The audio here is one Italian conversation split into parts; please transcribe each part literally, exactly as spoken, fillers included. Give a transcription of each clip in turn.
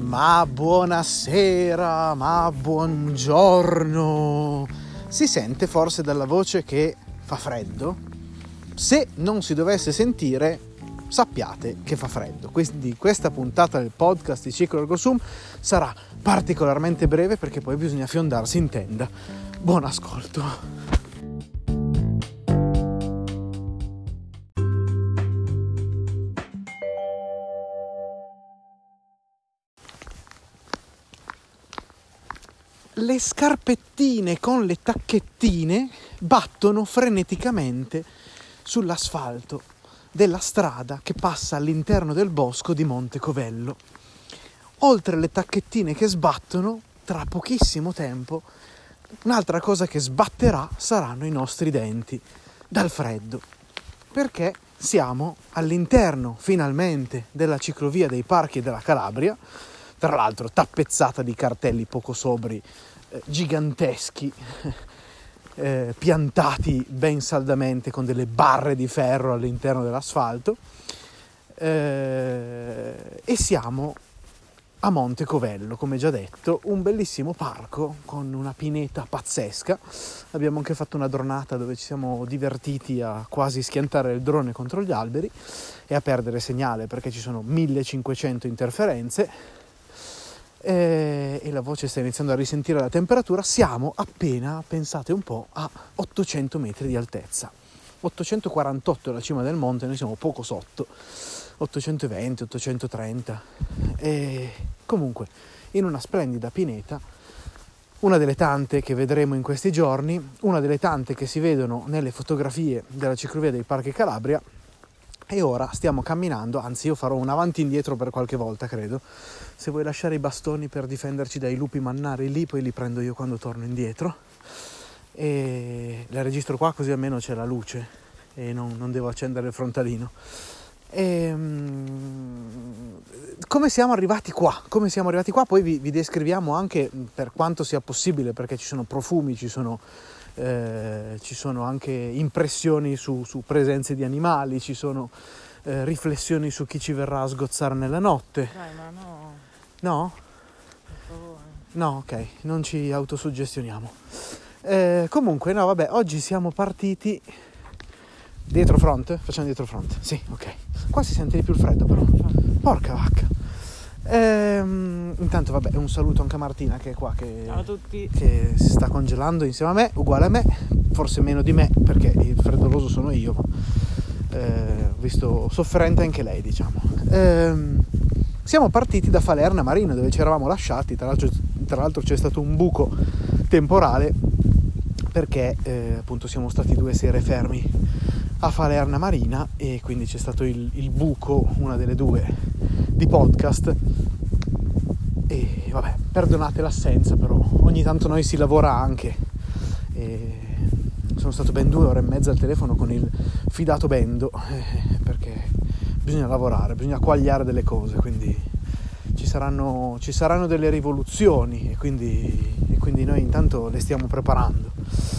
Ma buonasera, ma buongiorno. Si sente forse dalla voce che fa freddo? Se non si dovesse sentire, sappiate che fa freddo. Quindi questa puntata del podcast di Ciclo Ergo Sum sarà particolarmente breve perché poi bisogna fiondarsi in tenda. Buon ascolto. Le scarpettine con le tacchettine battono freneticamente sull'asfalto della strada che passa all'interno del bosco di Monte Covello. Oltre le tacchettine che sbattono, tra pochissimo tempo, un'altra cosa che sbatterà saranno i nostri denti dal freddo, perché siamo all'interno finalmente della ciclovia dei Parchi della Calabria, tra l'altro tappezzata di cartelli poco sobri, eh, giganteschi, eh, piantati ben saldamente con delle barre di ferro all'interno dell'asfalto, eh, e siamo a Monte Covello, come già detto, un bellissimo parco con una pineta pazzesca. Abbiamo anche fatto una dronata dove ci siamo divertiti a quasi schiantare il drone contro gli alberi e a perdere segnale perché ci sono millecinquecento interferenze. E la voce sta iniziando a risentire la temperatura. Siamo appena, pensate un po', a ottocento metri di altezza, ottocentoquarantotto è la cima del monte, noi siamo poco sotto, ottocentoventi, ottocentotrenta, e comunque in una splendida pineta, una delle tante che vedremo in questi giorni, una delle tante che si vedono nelle fotografie della ciclovia dei Parchi Calabria. E ora stiamo camminando, anzi io farò un avanti e indietro per qualche volta, credo. Se vuoi lasciare i bastoni per difenderci dai lupi mannari lì, poi li prendo io quando torno indietro. E la registro qua così almeno c'è la luce e non, non devo accendere il frontalino. E, um, come siamo arrivati qua? Come siamo arrivati qua? Poi vi, vi descriviamo anche, per quanto sia possibile, perché ci sono profumi, ci sono... Eh, ci sono anche impressioni su, su presenze di animali, ci sono eh, riflessioni su chi ci verrà a sgozzare nella notte. Dai, ma no. No? Per favore. No, ok, non ci autosuggestioniamo. Eh, comunque, no, vabbè, oggi siamo partiti dietro front? Facciamo dietro front? Sì, ok. Qua si sente di più il freddo però. Porca vacca. Ehm, intanto vabbè, un saluto anche a Martina che è qua che, Ciao a tutti. che si sta congelando insieme a me, uguale a me, forse meno di me perché il freddoloso sono io, ma eh, ho visto sofferente anche lei, diciamo. Ehm, siamo partiti da Falerna Marina dove ci eravamo lasciati, tra l'altro, tra l'altro c'è stato un buco temporale perché eh, appunto siamo stati due sere fermi a Falerna Marina e quindi c'è stato il, il buco, una delle due di podcast, e vabbè, perdonate l'assenza, però ogni tanto noi si lavora anche e sono stato ben due ore e mezza al telefono con il fidato Bendo eh, perché bisogna lavorare, bisogna quagliare delle cose, quindi ci saranno, ci saranno delle rivoluzioni e quindi, e quindi noi intanto le stiamo preparando.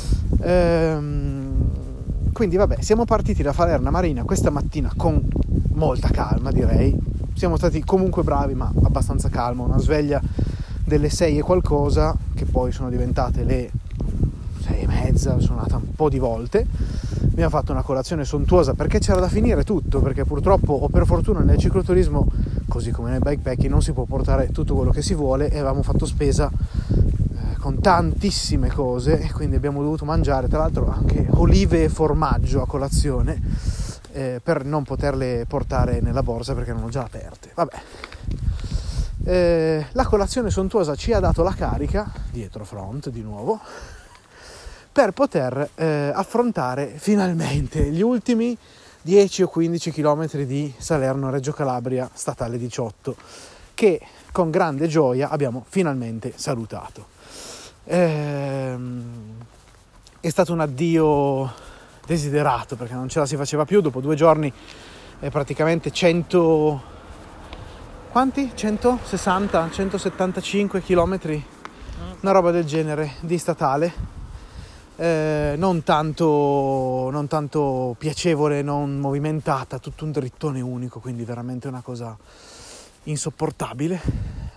Ehm, quindi vabbè, siamo partiti da Falerna Marina questa mattina con molta calma, direi. Siamo stati comunque bravi, ma abbastanza calmo, una sveglia delle sei e qualcosa, che poi sono diventate le sei e mezza, sono suonata un po' di volte. Abbiamo fatto una colazione sontuosa perché c'era da finire tutto, perché purtroppo o per fortuna nel cicloturismo, così come nel bikepacking, non si può portare tutto quello che si vuole e avevamo fatto spesa eh, con tantissime cose e quindi abbiamo dovuto mangiare, tra l'altro, anche olive e formaggio a colazione. Eh, per non poterle portare nella borsa perché erano già aperte. Vabbè, eh, la colazione sontuosa ci ha dato la carica, dietro front di nuovo, per poter eh, affrontare finalmente gli ultimi dieci o quindici chilometri di Salerno-Reggio Calabria statale diciotto, che con grande gioia abbiamo finalmente salutato. Eh, è stato un addio desiderato perché non ce la si faceva più. Dopo due giorni è praticamente cento quanti? centosessanta centosettantacinque chilometri, una roba del genere di statale, eh, non tanto non tanto piacevole, non movimentata, tutto un drittone unico, quindi veramente una cosa insopportabile.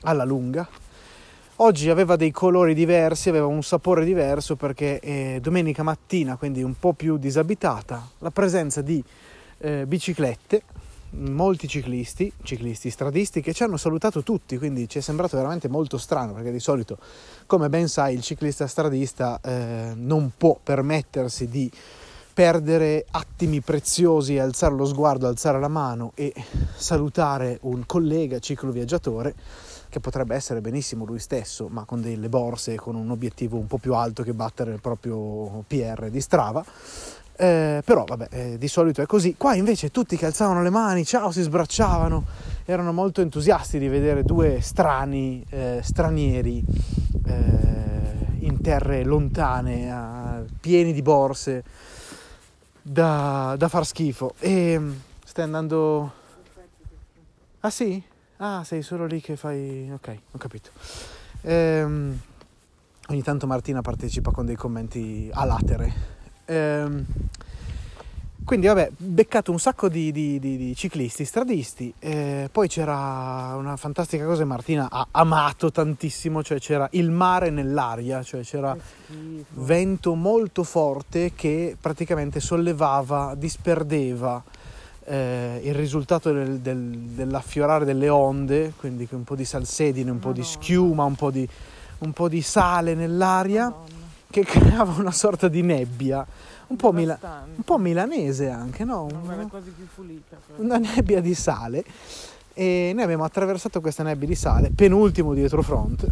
alla lunga. Oggi aveva dei colori diversi, aveva un sapore diverso perché è domenica mattina, quindi un po' più disabitata, la presenza di eh, biciclette, molti ciclisti, ciclisti stradisti che ci hanno salutato tutti, quindi ci è sembrato veramente molto strano perché di solito, come ben sai, il ciclista stradista eh, non può permettersi di perdere attimi preziosi e alzare lo sguardo, alzare la mano e salutare un collega cicloviaggiatore che potrebbe essere benissimo lui stesso, ma con delle borse e con un obiettivo un po' più alto che battere il proprio P R di Strava. Eh, però vabbè, eh, di solito è così. Qua invece tutti che alzavano le mani, ciao, si sbracciavano, erano molto entusiasti di vedere due strani, eh, stranieri eh, in terre lontane, eh, pieni di borse da, da far schifo. E stai andando... Ah sì? Ah, sei solo lì che fai... Ok, ho capito. Ehm, ogni tanto Martina partecipa con dei commenti a latere. Ehm, quindi vabbè, beccato un sacco di, di, di, di ciclisti, stradisti, eh, poi c'era una fantastica cosa che Martina ha amato tantissimo, cioè c'era il mare nell'aria, cioè c'era vento molto forte che praticamente sollevava, disperdeva eh, il risultato del, del, dell'affiorare delle onde, quindi un po' di salsedine, un po' di schiuma, un po' di, un po' di sale nell'aria. Madonna. Che creava una sorta di nebbia, un po', mila- un po' milanese anche, no? Non era quasi più pulita. Però. Una nebbia di sale, e noi abbiamo attraversato questa nebbia di sale, penultimo dietro front,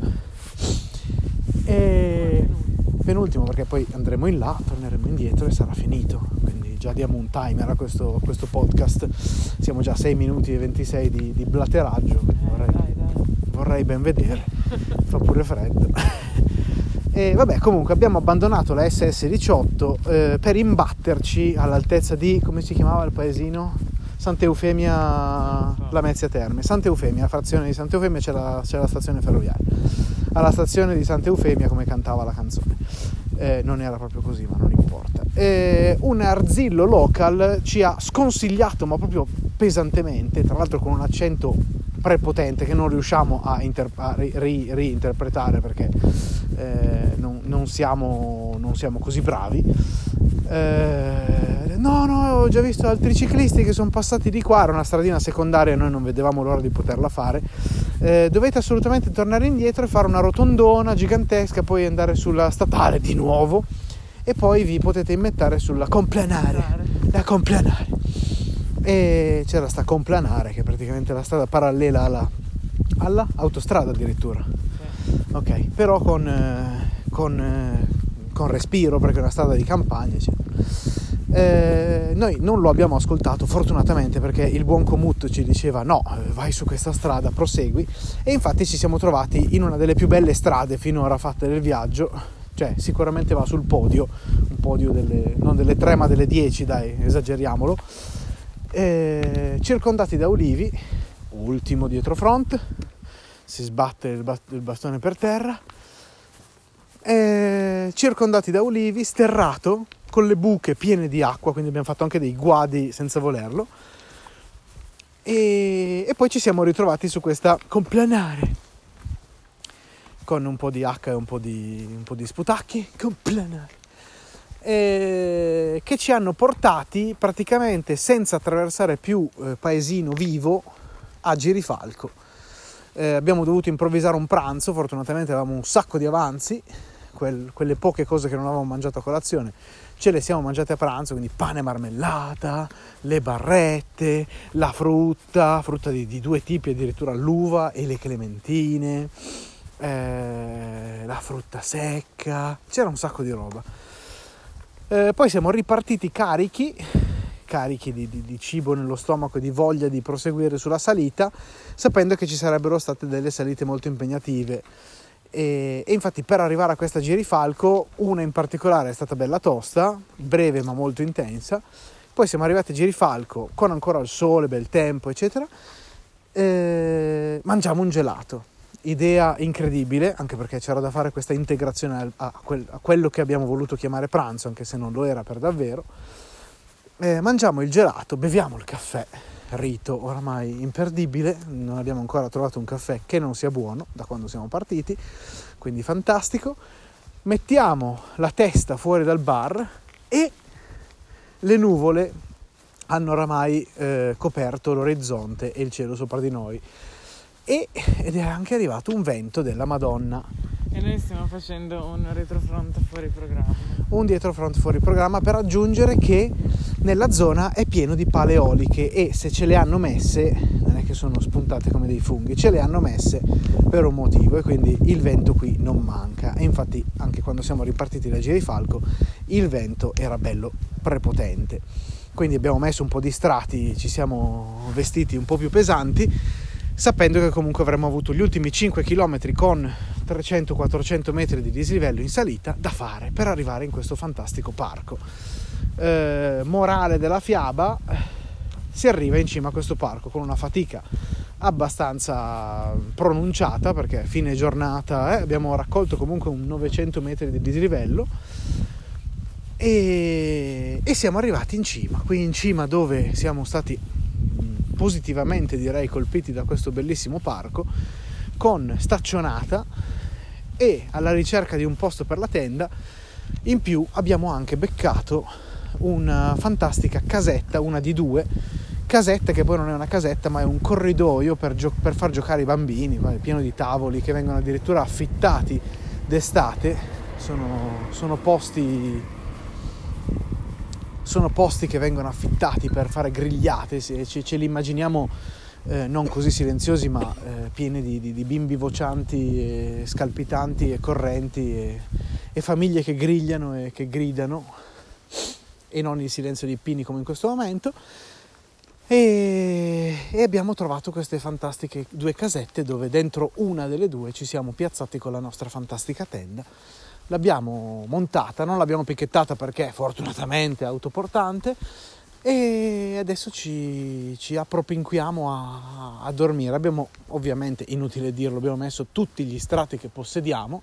e penultimo perché poi andremo in là, torneremo indietro e sarà finito, quindi già diamo un timer a questo, questo podcast, siamo già a sei minuti e ventisei di, di blateraggio, eh, vorrei, dai, dai. vorrei ben vedere, fa pure freddo. E vabbè, comunque abbiamo abbandonato la S S diciotto eh, per imbatterci all'altezza di, come si chiamava il paesino? Santa Eufemia, Lamezia Terme. Santa Eufemia, la frazione di Santa Eufemia c'è la, c'è la stazione ferroviaria. Alla stazione di Santa Eufemia, come cantava la canzone. Eh, non era proprio così, ma non importa. Eh, un arzillo local ci ha sconsigliato, ma proprio pesantemente, tra l'altro con un accento prepotente che non riusciamo a, inter- a ri- ri- reinterpretare perché eh, non, non, siamo, non siamo così bravi. Eh, no, no, ho già visto altri ciclisti che sono passati di qua, era una stradina secondaria e noi non vedevamo l'ora di poterla fare. Eh, dovete assolutamente tornare indietro e fare una rotondona gigantesca, poi andare sulla statale di nuovo e poi vi potete immettere sulla complanare, la complanare. E c'era sta complanare che è praticamente la strada parallela alla, alla autostrada addirittura, sì. Ok, però con, eh, con, eh, con respiro perché è una strada di campagna, eh, noi non lo abbiamo ascoltato fortunatamente perché il buon Comut ci diceva no, vai su questa strada, prosegui, e infatti ci siamo trovati in una delle più belle strade finora fatte del viaggio, cioè sicuramente va sul podio, un podio delle, non delle tre ma delle dieci, dai, esageriamolo. Eh, circondati da ulivi, ultimo dietro front, si sbatte il, bast- il bastone per terra, eh, circondati da ulivi, sterrato, con le buche piene di acqua, quindi abbiamo fatto anche dei guadi senza volerlo, e, e poi ci siamo ritrovati su questa complanare con un po' di acqua e un po' di, un po' di sputacchi, complanare. Eh, che ci hanno portati praticamente senza attraversare più eh, paesino vivo a Girifalco. Eh, abbiamo dovuto improvvisare un pranzo, fortunatamente avevamo un sacco di avanzi, quel, quelle poche cose che non avevamo mangiato a colazione ce le siamo mangiate a pranzo, quindi pane e marmellata, le barrette, la frutta, frutta di, di due tipi, addirittura l'uva e le clementine, eh, la frutta secca, c'era un sacco di roba. Eh, poi siamo ripartiti carichi, carichi di, di, di cibo nello stomaco e di voglia di proseguire sulla salita, sapendo che ci sarebbero state delle salite molto impegnative. E, e infatti per arrivare a questa Girifalco, una in particolare è stata bella tosta, breve ma molto intensa. Poi siamo arrivati a Girifalco con ancora il sole, bel tempo, eccetera. Eh, mangiamo un gelato. Idea incredibile, anche perché c'era da fare questa integrazione a, quel, a quello che abbiamo voluto chiamare pranzo, anche se non lo era per davvero. Eh, mangiamo il gelato, beviamo il caffè, rito oramai imperdibile. Non abbiamo ancora trovato un caffè che non sia buono da quando siamo partiti, quindi fantastico. Mettiamo la testa fuori dal bar e le nuvole hanno oramai eh, coperto l'orizzonte e il cielo sopra di noi, e, ed è anche arrivato un vento della Madonna. E noi stiamo facendo un retrofront fuori programma. Un dietrofront fuori programma per aggiungere che nella zona è pieno di pale eoliche, e se ce le hanno messe, non è che sono spuntate come dei funghi, ce le hanno messe per un motivo, e quindi il vento qui non manca. E infatti anche quando siamo ripartiti da Girifalco il vento era bello prepotente, quindi abbiamo messo un po' di strati, ci siamo vestiti un po' più pesanti, sapendo che comunque avremmo avuto gli ultimi cinque chilometri con trecento quattrocento metri di dislivello in salita da fare per arrivare in questo fantastico parco. Eh, morale della fiaba: si arriva in cima a questo parco con una fatica abbastanza pronunciata, perché fine giornata eh, abbiamo raccolto comunque un novecento metri di dislivello, e, e siamo arrivati in cima, qui in cima dove siamo stati positivamente, direi, colpiti da questo bellissimo parco, con staccionata e alla ricerca di un posto per la tenda. In più abbiamo anche beccato una fantastica casetta, una di due casette, che poi non è una casetta ma è un corridoio per, gio- per far giocare i bambini, pieno di tavoli che vengono addirittura affittati d'estate. Sono, sono posti sono posti che vengono affittati per fare grigliate, ce, ce li immaginiamo eh, non così silenziosi, ma eh, pieni di, di, di bimbi vocianti, e scalpitanti e correnti, e, e famiglie che grigliano e che gridano, e non il silenzio di pini come in questo momento. E, e abbiamo trovato queste fantastiche due casette, dove dentro una delle due ci siamo piazzati con la nostra fantastica tenda. L'abbiamo montata, non l'abbiamo picchettata perché fortunatamente è autoportante, e adesso ci, ci appropinquiamo a, a dormire. Abbiamo, ovviamente, inutile dirlo, abbiamo messo tutti gli strati che possediamo,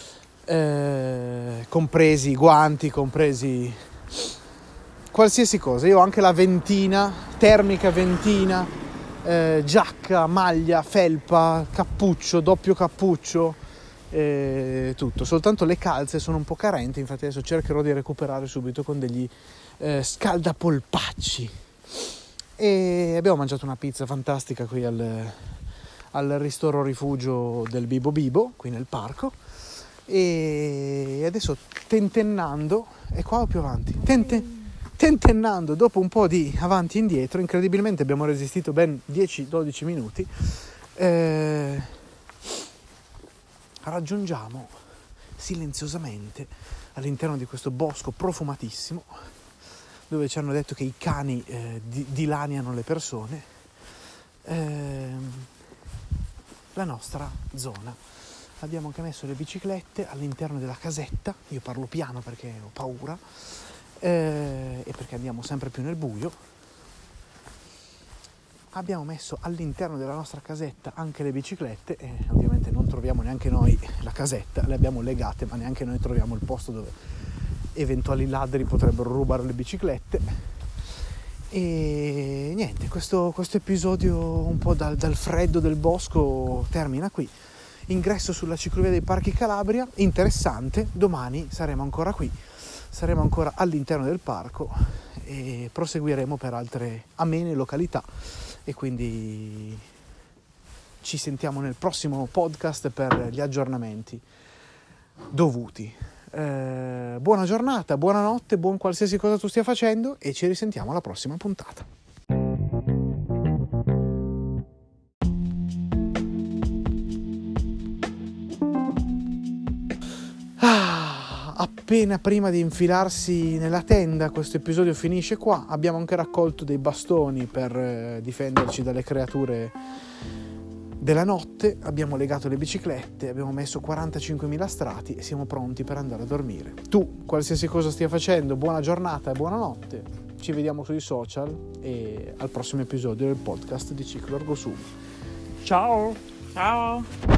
eh, compresi i guanti, compresi qualsiasi cosa. Io ho anche la ventina, termica ventina, eh, giacca, maglia, felpa, cappuccio, doppio cappuccio, eh, tutto. Soltanto le calze sono un po' carenti, infatti adesso cercherò di recuperare subito con degli eh, scaldapolpacci. E abbiamo mangiato una pizza fantastica qui al, al ristoro rifugio del Bibo Bibo, qui nel parco, e adesso tentennando, è qua o più avanti? Tenten- tentennando dopo un po' di avanti e indietro, incredibilmente abbiamo resistito ben dieci dodici minuti, eh, raggiungiamo silenziosamente all'interno di questo bosco profumatissimo, dove ci hanno detto che i cani eh, di- dilaniano le persone, eh, la nostra zona. Abbiamo anche messo le biciclette all'interno della casetta. Io parlo piano perché ho paura, eh, e perché andiamo sempre più nel buio. Abbiamo messo all'interno della nostra casetta anche le biciclette, e ovviamente non troviamo neanche noi la casetta, le abbiamo legate, ma neanche noi troviamo il posto dove eventuali ladri potrebbero rubare le biciclette. E niente, questo, questo episodio un po' dal, dal freddo del bosco termina qui. Ingresso sulla ciclovia dei Parchi Calabria, interessante. Domani saremo ancora qui, saremo ancora all'interno del parco e proseguiremo per altre amene località, e quindi ci sentiamo nel prossimo podcast per gli aggiornamenti dovuti. Eh, buona giornata, buonanotte, buon qualsiasi cosa tu stia facendo, e ci risentiamo alla prossima puntata. Appena prima di infilarsi nella tenda, questo episodio finisce qua. Abbiamo anche raccolto dei bastoni per eh, difenderci dalle creature della notte, abbiamo legato le biciclette, abbiamo messo quarantacinquemila strati e siamo pronti per andare a dormire. Tu, qualsiasi cosa stia facendo, buona giornata e buonanotte. Ci vediamo sui social e al prossimo episodio del podcast di Ciclo Ergo Sum. Ciao! Ciao!